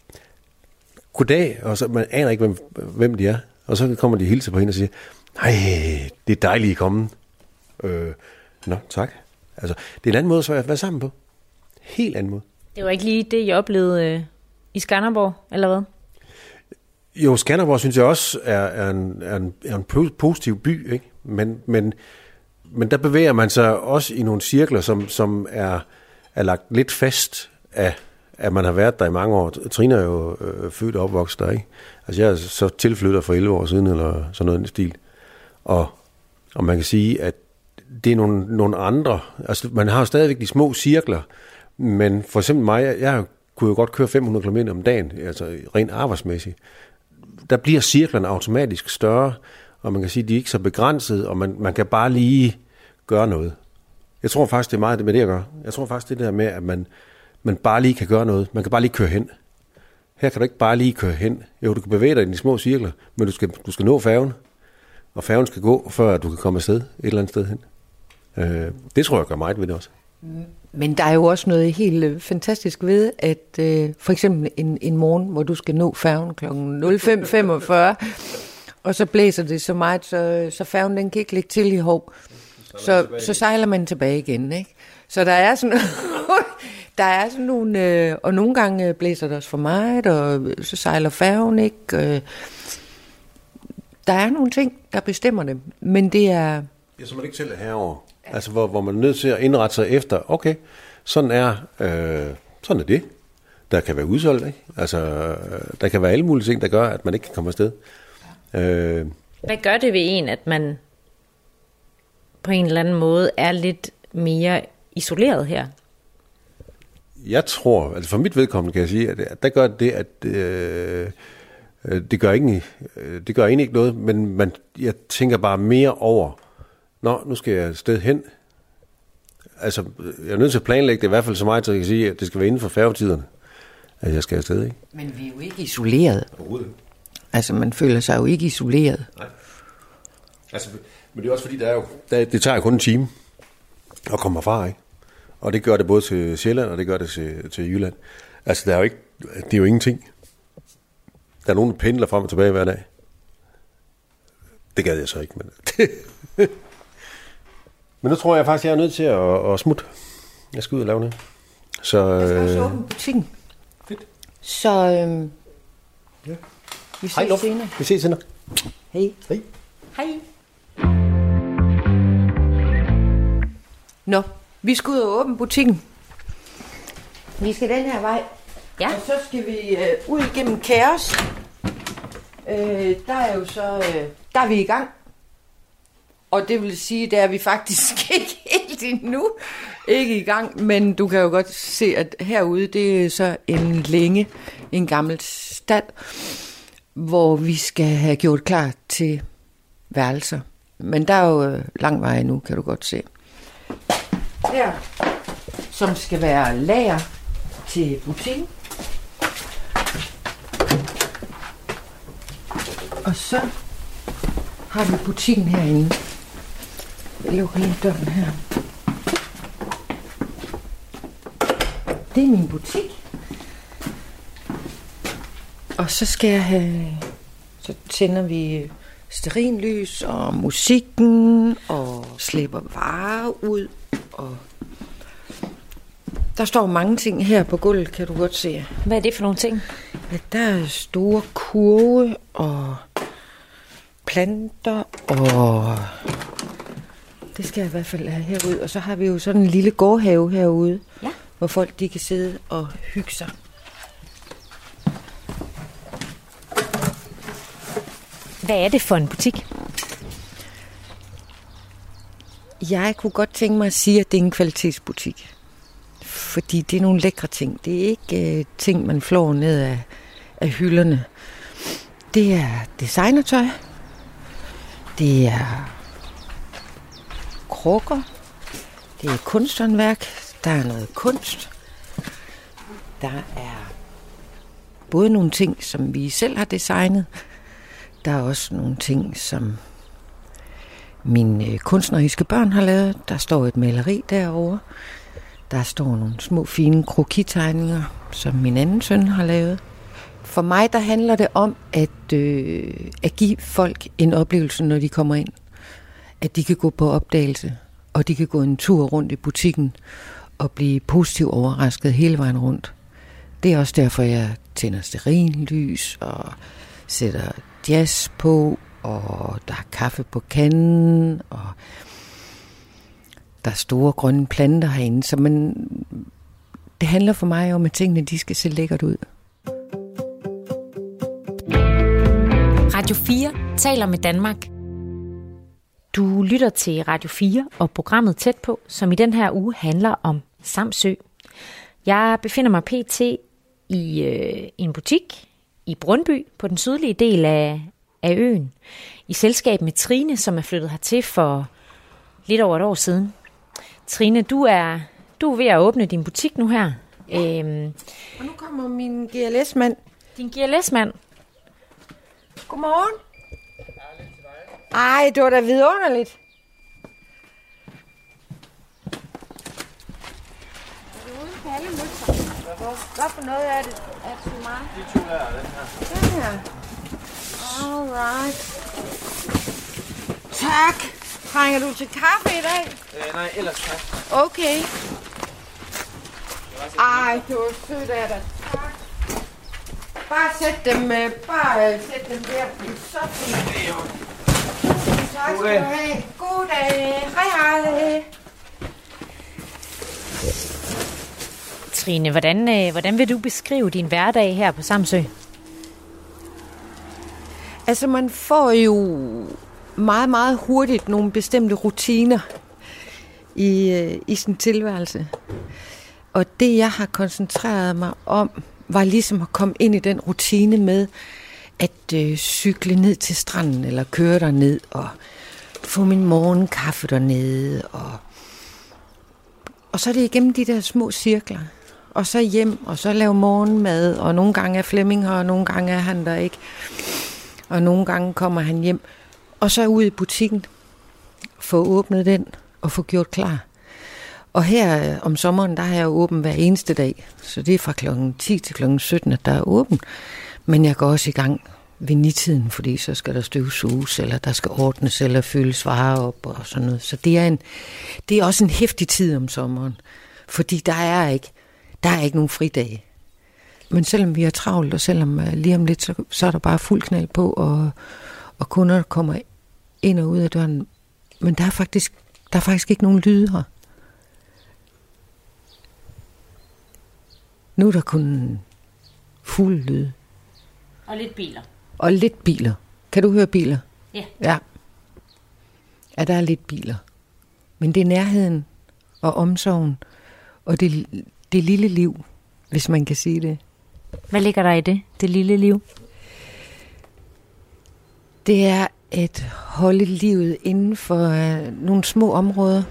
[SPEAKER 5] goddag, og så man aner ikke, hvem, hvem de er. Og så kommer de hilse på hende og siger, nej, det er dejligt, I er kommet. Øh, nå, tak. Altså, det er en anden måde, så jeg har været sammen på. Helt anden måde.
[SPEAKER 2] Det var ikke lige det, I oplevede øh, i Skanderborg, eller hvad?
[SPEAKER 5] Jo, Skanderborg synes jeg også er, er, en, er, en, er en positiv by, ikke? Men, men, men der bevæger man sig også i nogle cirkler, som, som er, er lagt lidt fast af, at man har været der i mange år. Trine er jo øh, født og opvokset der, ikke? Altså jeg er så tilflytter for elleve år siden, eller sådan noget i den stil. Og, og man kan sige, at det er nogle, nogle andre, altså man har jo stadigvæk de små cirkler, men for eksempel mig, jeg, jeg kunne jo godt køre fem hundrede kilometer om dagen, altså rent arbejdsmæssigt. Der bliver cirklerne automatisk større, og man kan sige, at de er ikke så begrænsede, og man, man kan bare lige gøre noget. Jeg tror faktisk, det er meget det med det at gøre. Jeg tror faktisk, det der med, at man, man bare lige kan gøre noget. Man kan bare lige køre hen. Her kan du ikke bare lige køre hen. Jo, du kan bevæge dig i de små cirkler, men du skal, du skal nå færgen, og færgen skal gå, før du kan komme afsted et eller andet sted hen. Øh, det tror jeg gør meget ved det også.
[SPEAKER 3] Men der er jo også noget helt fantastisk ved, at øh, for eksempel en, en morgen, hvor du skal nå færgen klokken nul fem femogfyrre, og så blæser det så meget, så, så færgen den kan ikke lægge til i hov. Så, så sejler man tilbage igen, ikke? Så der er sådan, der er sådan nogle, øh, og nogle gange blæser det også for meget, og så sejler færgen ikke. Øh, der er nogle ting, der bestemmer det, men det er...
[SPEAKER 5] Ja, så man ikke selv er herovre. Altså, hvor, hvor man er nødt til at indrette sig efter, okay, sådan er, øh, sådan er det. Der kan være udsolgt, ikke? Altså, der kan være alle mulige ting, der gør, at man ikke kan komme afsted. Øh.
[SPEAKER 2] Hvad gør det ved en, at man på en eller anden måde er lidt mere isoleret her?
[SPEAKER 5] Jeg tror, altså for mit vedkommende kan jeg sige, at der gør det, at øh, det gør ikke, det gør egentlig ikke noget, men man, jeg tænker bare mere over, nå, nu skal jeg et sted hen. Altså, jeg er nødt til at planlægge det i hvert fald så meget, så jeg kan sige, at det skal være inden for færgetiderne, at jeg skal afsted, ikke?
[SPEAKER 3] Men vi er jo ikke isoleret. Altså, man føler sig jo ikke isoleret.
[SPEAKER 5] Nej. Altså, men det er også fordi, der er jo, der, det tager jo kun en time at komme herfra, ikke? Og det gør det både til Sjælland, og det gør det til, til Jylland. Altså, der er jo ikke, det er jo ingenting. Der er nogen, der pendler frem og tilbage hver dag. Det gad jeg så ikke, men... Men nu tror jeg faktisk, jeg er nødt til at, at smutte. Jeg skal ud og lave noget. Så,
[SPEAKER 3] jeg skal også åbne butikken.
[SPEAKER 5] Fedt.
[SPEAKER 3] Så øhm,
[SPEAKER 5] ja.
[SPEAKER 3] Vi ses
[SPEAKER 5] Hej,
[SPEAKER 3] senere.
[SPEAKER 5] Vi ses senere.
[SPEAKER 3] Hej.
[SPEAKER 5] Hej.
[SPEAKER 2] Hej.
[SPEAKER 3] Nå, vi skal ud og åbne butikken. Vi skal den her vej.
[SPEAKER 2] Ja.
[SPEAKER 3] Og så skal vi øh, ud igennem kaos. Øh, der er jo så... Øh, der er vi i gang. Og det vil sige, der er vi faktisk ikke helt endnu ikke i gang. Men du kan jo godt se, at herude, det er så en længe, en gammel stald, hvor vi skal have gjort klar til værelser. Men der er jo lang vej nu, kan du godt se. Her, som skal være lager til butikken. Og så har vi butikken herinde. Jeg lukker lige døren her. Det er min butik. Og så skal jeg have... Så tænder vi stearinlys og musikken og slæber varer ud. Og der står mange ting her på gulvet, kan du godt se.
[SPEAKER 2] Hvad er det for nogle ting?
[SPEAKER 3] Ja, der er store kurve og planter, og det skal jeg i hvert fald have herude. Og så har vi jo sådan en lille gårdhave herude, ja, hvor folk de kan sidde og hygge sig.
[SPEAKER 2] Hvad er det for en butik?
[SPEAKER 3] Jeg kunne godt tænke mig at sige, at det er en kvalitetsbutik. Fordi det er nogle lækre ting. Det er ikke øh, ting, man flår ned af, af hylderne. Det er designertøj. Det er krukker. Det er kunsthåndværk. Der er noget kunst. Der er både nogle ting, som vi selv har designet. Der er også nogle ting, som mine kunstneriske børn har lavet. Der står et maleri derovre. Der står nogle små, fine krokitegninger, som min anden søn har lavet. For mig, der handler det om at, øh, at give folk en oplevelse, når de kommer ind. At de kan gå på opdagelse, og de kan gå en tur rundt i butikken og blive positivt overrasket hele vejen rundt. Det er også derfor, jeg tænder stearinlys og sætter jazz på, og der er kaffe på kanden, og der er store grønne planter herinde. Så man, det handler for mig om, at tingene de skal se lækkert ud.
[SPEAKER 1] Radio fire taler med Danmark.
[SPEAKER 2] Du lytter til Radio fire og programmet Tæt på, som i den her uge handler om Samsø. Jeg befinder mig pt. i øh, en butik i Brøndby på den sydlige del af, af øen, i selskab med Trine, som er flyttet hertil for lidt over et år siden. Trine, du er, du er ved at åbne din butik nu her.
[SPEAKER 3] Ja. Øhm, og nu kommer min G L S-mand.
[SPEAKER 2] Din G L S-mand?
[SPEAKER 3] Godmorgen. Ej, det var da vidunderligt.
[SPEAKER 4] Er du uden på alle mønter?
[SPEAKER 3] Hvad for noget er det? Er det til mig?
[SPEAKER 5] De to her, den her.
[SPEAKER 3] Den her. Alright. Tak. Trænger du til kaffe i dag?
[SPEAKER 6] Øh, nej, ellers tak.
[SPEAKER 3] Okay. Ej, det var sødt af dig. Tak. Bare sæt dem, bare sæt dem der. Så fint. Tak skal du have. God dag. Hej hej.
[SPEAKER 2] Trine, hvordan, hvordan vil du beskrive din hverdag her på Samsø?
[SPEAKER 3] Altså, man får jo meget, meget hurtigt nogle bestemte rutiner i, i sin tilværelse. Og det, jeg har koncentreret mig om, var ligesom at komme ind i den rutine med at øh, cykle ned til stranden, eller køre derned, og få min morgenkaffe dernede. Og, og så er det igennem de der små cirkler. Og så hjem, og så lave morgenmad, og nogle gange er Flemming her, og nogle gange er han der ikke. Og nogle gange kommer han hjem. Og så ud i butikken, få åbnet den, og få gjort klar. Og her om sommeren, der har jeg åben hver eneste dag. Så det er fra klokken ti til klokken sytten, at der er åben. Men jeg går også i gang ved nitiden, fordi så skal der støvsuges, eller der skal ordnes, eller fyldes varer op og sådan noget. Så det er, en, det er også en heftig tid om sommeren. Fordi der er ikke, der er ikke nogen fridage. Men selvom vi er travlt, og selvom lige om lidt, så, så er der bare fuld knald på, og, og kunder kommer ind og ud af døren. Men der er faktisk, der er faktisk ikke nogen lyde her. Nu er der kun fuld lyd.
[SPEAKER 2] Og lidt biler.
[SPEAKER 3] Og lidt biler. Kan du høre biler?
[SPEAKER 2] Ja.
[SPEAKER 3] Ja. Ja, der er lidt biler. Men det er nærheden og omsorgen og det, det lille liv, hvis man kan sige det.
[SPEAKER 2] Hvad ligger der i det, det lille liv?
[SPEAKER 3] Det er at holde livet inden for uh, nogle små områder.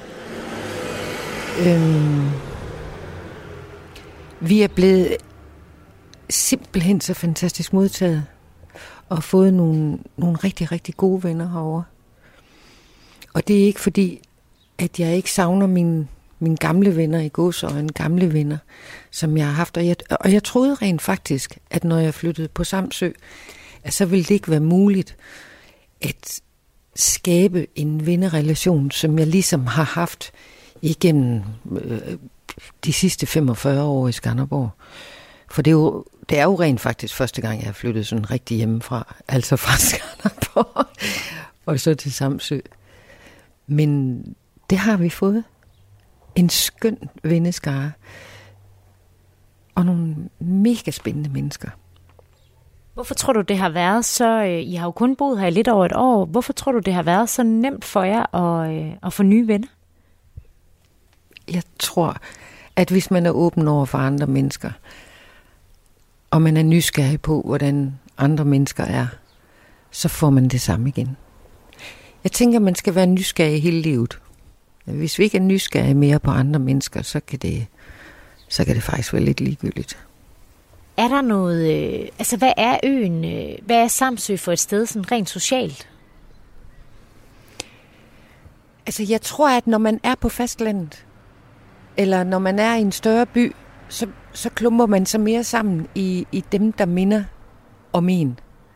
[SPEAKER 3] Øhm, vi er blevet simpelthen så fantastisk modtaget og fået nogle, nogle rigtig, rigtig gode venner herovre. Og det er ikke fordi, at jeg ikke savner mine, mine gamle venner i gåseøjne, gamle venner, som jeg har haft. Og jeg, og jeg troede rent faktisk, at når jeg flyttede på Samsø, at så ville det ikke være muligt at skabe en vennerrelation, som jeg ligesom har haft igennem øh, de sidste femogfyrre år i Skanderborg. For det er, jo, det er jo rent faktisk første gang, jeg har flyttet sådan rigtig hjemmefra, altså fra Skanderborg og så til Samsø. Men det har vi fået. En skøn venneskare og nogle mega spændende mennesker.
[SPEAKER 2] Hvorfor tror du, det har været så... I har jo kun boet her i lidt over et år. Hvorfor tror du, det har været så nemt for jer at, at få nye venner?
[SPEAKER 3] Jeg tror, at hvis man er åben over for andre mennesker, og man er nysgerrig på, hvordan andre mennesker er, så får man det samme igen. Jeg tænker, at man skal være nysgerrig hele livet. Hvis vi ikke er nysgerrige mere på andre mennesker, så kan det, så kan det faktisk være lidt ligegyldigt.
[SPEAKER 2] Er der noget... Øh, altså, hvad er øen? Øh, hvad er Samsø for et sted, sådan rent socialt?
[SPEAKER 3] Altså, jeg tror, at når man er på fastlandet, eller når man er i en større by, så, så klumper man sig mere sammen i, i dem, der minder om en.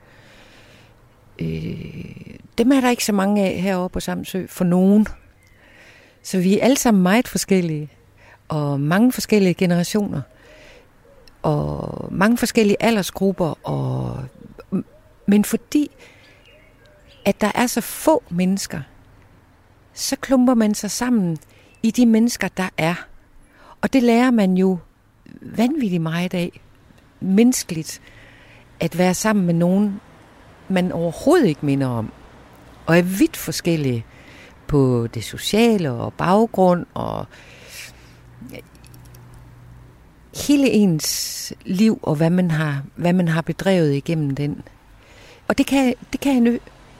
[SPEAKER 3] Øh, dem er der ikke så mange af herovre på Samsø, for nogen. Så vi er alle sammen meget forskellige, og mange forskellige generationer, og mange forskellige aldersgrupper, og, men fordi at der er så få mennesker, så klumper man sig sammen i de mennesker, der er. Og det lærer man jo vanvittigt meget af, menneskeligt, at være sammen med nogen, man overhovedet ikke minder om, og er vidt forskellige på det sociale og baggrund og hele ens liv og hvad man har, hvad man har bedrevet igennem den. Og det kan, det kan en ø.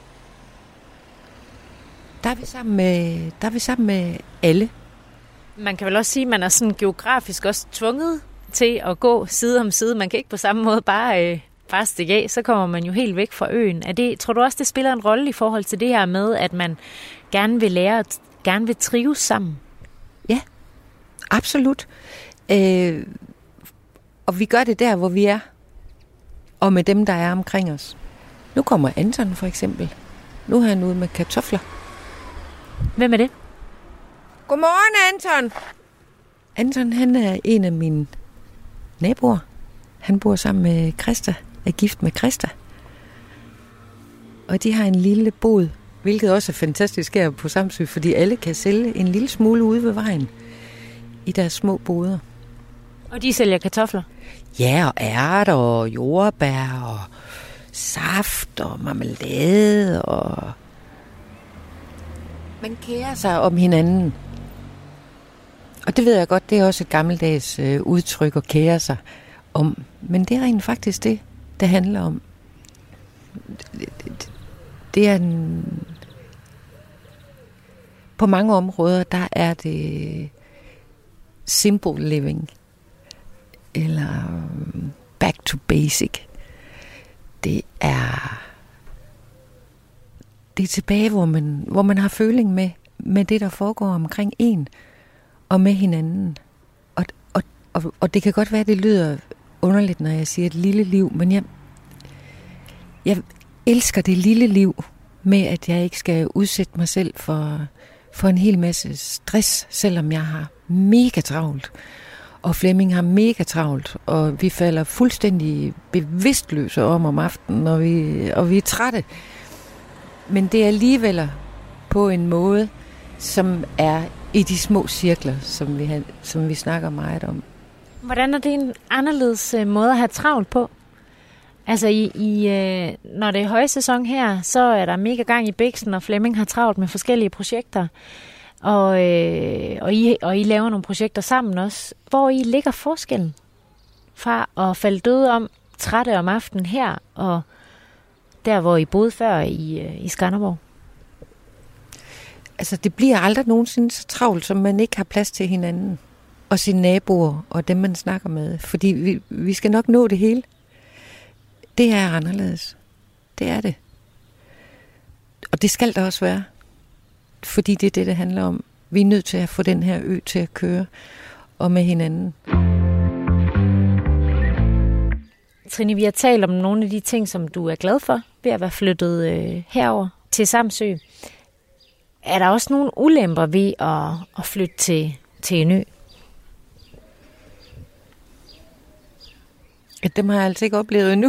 [SPEAKER 3] Der er vi sammen med, der er vi sammen med alle.
[SPEAKER 2] Man kan vel også sige, at man er sådan geografisk også tvunget til at gå side om side. Man kan ikke på samme måde bare, øh, bare stikke af, så kommer man jo helt væk fra øen. Er det, tror du også, det spiller en rolle i forhold til det her med, at man gerne vil lære, gerne vil trives sammen?
[SPEAKER 3] Ja, absolut. Øh, og vi gør det der, hvor vi er, og med dem, der er omkring os. Nu kommer Anton for eksempel. Nu er han ude med kartofler.
[SPEAKER 2] Hvem er det?
[SPEAKER 3] Godmorgen, Anton. Anton, han er en af mine naboer. Han bor sammen med Christa, er gift med Christa. Og de har en lille bod, hvilket også er fantastisk her på Samsø, fordi alle kan sælge en lille smule ude ved vejen i deres små boder.
[SPEAKER 2] Og de sælger kartofler?
[SPEAKER 3] Ja, og ærter og jordbær og saft og marmelade og... Man kærer sig om hinanden. Og det ved jeg godt, det er også et gammeldags øh, udtryk at kære sig om. Men det er rent faktisk det, det handler om. Det, det, det er en... På mange områder, der er det simple living. Eller back to basic. Det er... Det er tilbage, hvor man, hvor man har føling med, med det, der foregår omkring en og med hinanden. Og, og, og, og det kan godt være, at det lyder underligt, når jeg siger et lille liv, men jeg, jeg elsker det lille liv med, at jeg ikke skal udsætte mig selv for, for en hel masse stress, selvom jeg har mega travlt. Og Flemming har mega travlt, og vi falder fuldstændig bevidstløse om om aftenen, og vi, og vi er trætte. Men det er alligevel på en måde, som er i de små cirkler, som vi, har, som vi snakker meget om.
[SPEAKER 2] Hvordan er det en anderledes måde at have travlt på? Altså, i, i, øh, når det er højsæson her, så er der mega gang i biksen, og Flemming har travlt med forskellige projekter. Og, øh, og, I, og I laver nogle projekter sammen også. Hvor I ligger forskellen fra at falde døde om, trætte om aftenen her, og der, hvor I boede før i, øh, i Skanderborg?
[SPEAKER 3] Altså, det bliver aldrig nogensinde så travlt, som man ikke har plads til hinanden. Og sine naboer, og dem, man snakker med. Fordi vi, vi skal nok nå det hele. Det er anderledes. Det er det. Og det skal der også være. Fordi det er det, det handler om. Vi er nødt til at få den her ø til at køre. Og med hinanden.
[SPEAKER 2] Trine, vi har talt om nogle af de ting, som du er glad for ved at være flyttet øh, herover til Samsø. Er der også nogle ulemper ved at, at flytte til, til en ø?
[SPEAKER 3] Dem har jeg altså ikke oplevet endnu.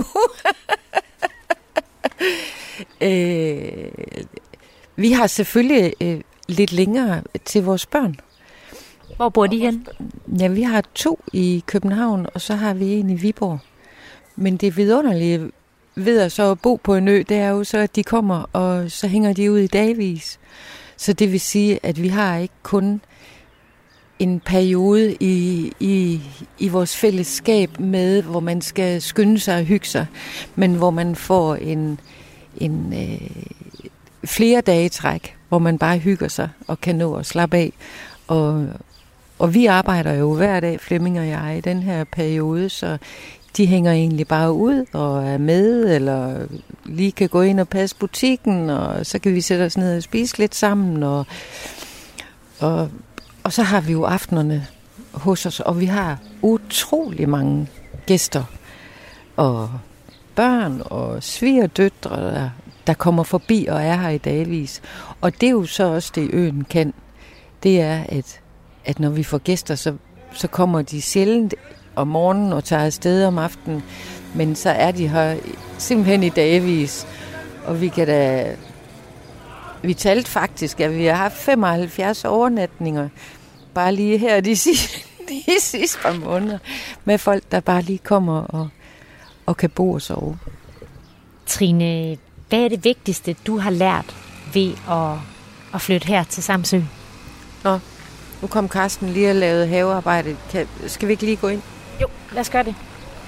[SPEAKER 3] øh, vi har selvfølgelig øh, lidt længere til vores børn.
[SPEAKER 2] Hvor bor de hen?
[SPEAKER 3] Ja, vi har to i København, og så har vi en i Viborg. Men det vidunderlige ved at så at bo på en ø, det er jo så, at de kommer, og så hænger de ud i dagvis. Så det vil sige, at vi har ikke kun en periode i, i, i vores fællesskab med, hvor man skal skynde sig og hygge sig, men hvor man får en, en øh, flere dage træk, hvor man bare hygger sig og kan nå at slappe af. Og, og vi arbejder jo hver dag, Flemming og jeg, i den her periode, så de hænger egentlig bare ud og er med, eller lige kan gå ind og passe butikken, og så kan vi sætte os ned og spise lidt sammen, og, og Og så har vi jo aftenerne hos os, og vi har utrolig mange gæster. Og børn og svigerdøtre, der, der kommer forbi og er her i dagvis. Og det er jo så også det, øen kan. Det er, at, at når vi får gæster, så, så kommer de sjældent om morgenen og tager afsted om aftenen. Men så er de her simpelthen i dagvis. Og vi kan da... Vi talte faktisk, at vi har haft femoghalvfjerds overnatninger, bare lige her de sidste, de sidste par måneder, med folk, der bare lige kommer og, og kan bo og sove.
[SPEAKER 2] Trine, hvad er det vigtigste, du har lært ved at, at flytte her til Samsø?
[SPEAKER 3] Nå, nu kom Karsten lige og lavede havearbejde. Kan, skal vi ikke lige gå ind?
[SPEAKER 2] Jo, lad os gøre det.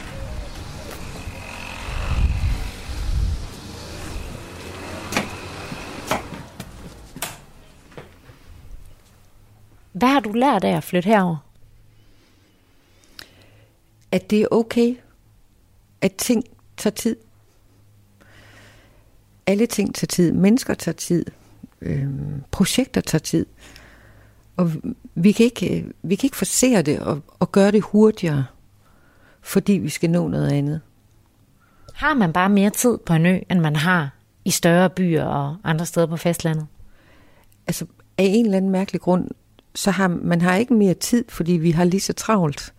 [SPEAKER 2] Hvad har du lært af at flytte herover?
[SPEAKER 3] At det er okay. At ting tager tid. Alle ting tager tid. Mennesker tager tid. Øhm, projekter tager tid. Og vi kan ikke, vi kan ikke forsere det og, og gøre det hurtigere, fordi vi skal nå noget andet.
[SPEAKER 2] Har man bare mere tid på en ø, end man har i større byer og andre steder på fastlandet?
[SPEAKER 3] Altså, af en eller anden mærkelig grund, så har man har ikke mere tid, fordi vi har lige så travlt.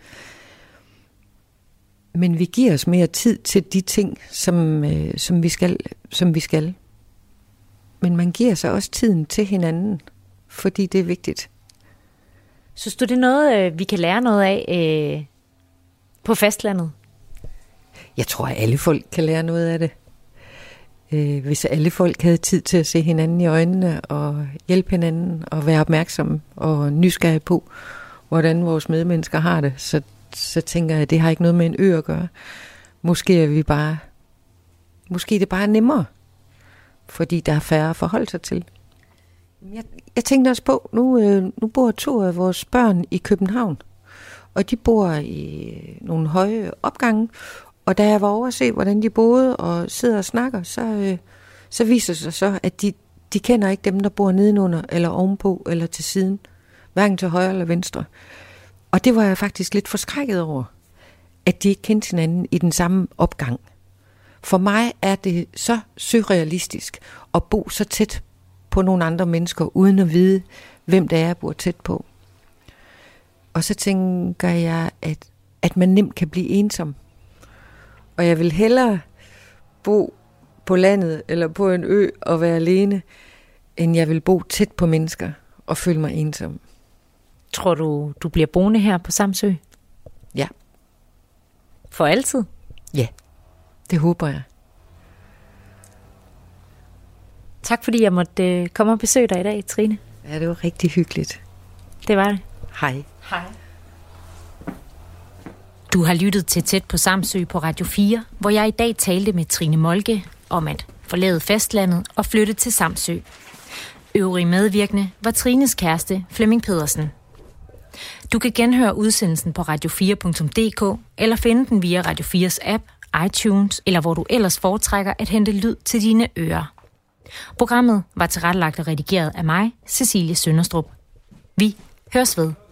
[SPEAKER 3] Men vi giver os mere tid til de ting, som, øh, som, vi skal, som vi skal. Men man giver sig også tiden til hinanden, fordi det er vigtigt.
[SPEAKER 2] Synes du, det er noget, vi kan lære noget af øh, på fastlandet?
[SPEAKER 3] Jeg tror, at alle folk kan lære noget af det. Øh, hvis alle folk havde tid til at se hinanden i øjnene og hjælpe hinanden og være opmærksomme og nysgerrige på, hvordan vores medmennesker har det, så, så tænker jeg, at det har ikke noget med en ø at gøre. Måske er vi bare, måske er det bare nemmere, fordi der er færre at forholde sig til. Jeg, jeg tænkte også på, nu, øh, nu bor to af vores børn i København, og de bor i nogle høje opgange, og da jeg var over at se, hvordan de boede og sidder og snakker, så, øh, så viser det sig så, at de, de kender ikke dem, der bor nedenunder, eller ovenpå, eller til siden. Hverken til højre eller venstre. Og det var jeg faktisk lidt forskrækket over, at de ikke kendte hinanden i den samme opgang. For mig er det så surrealistisk at bo så tæt på nogle andre mennesker, uden at vide, hvem det er, jeg bor tæt på. Og så tænker jeg, at, at man nemt kan blive ensom. Og jeg vil hellere bo på landet eller på en ø og være alene, end jeg vil bo tæt på mennesker og føle mig ensom.
[SPEAKER 2] Tror du, du bliver boende her på Samsø?
[SPEAKER 3] Ja.
[SPEAKER 2] For altid?
[SPEAKER 3] Ja, Det håber jeg.
[SPEAKER 2] Tak fordi jeg måtte øh, komme og besøge dig i dag, Trine.
[SPEAKER 3] Ja, det var rigtig hyggeligt.
[SPEAKER 2] Det var det.
[SPEAKER 3] Hej.
[SPEAKER 2] Hej.
[SPEAKER 1] Du har lyttet til Tæt på Samsø på Radio fire, hvor jeg i dag talte med Trine Moltke om at forlade fastlandet og flytte til Samsø. Øvrige medvirkende var Trines kæreste Flemming Pedersen. Du kan genhøre udsendelsen på radio fire punktum d k eller finde den via Radio fires app, iTunes eller hvor du ellers foretrækker at hente lyd til dine ører. Programmet var tilrettelagt og redigeret af mig, Cecilie Sønderstrup. Vi høres ved.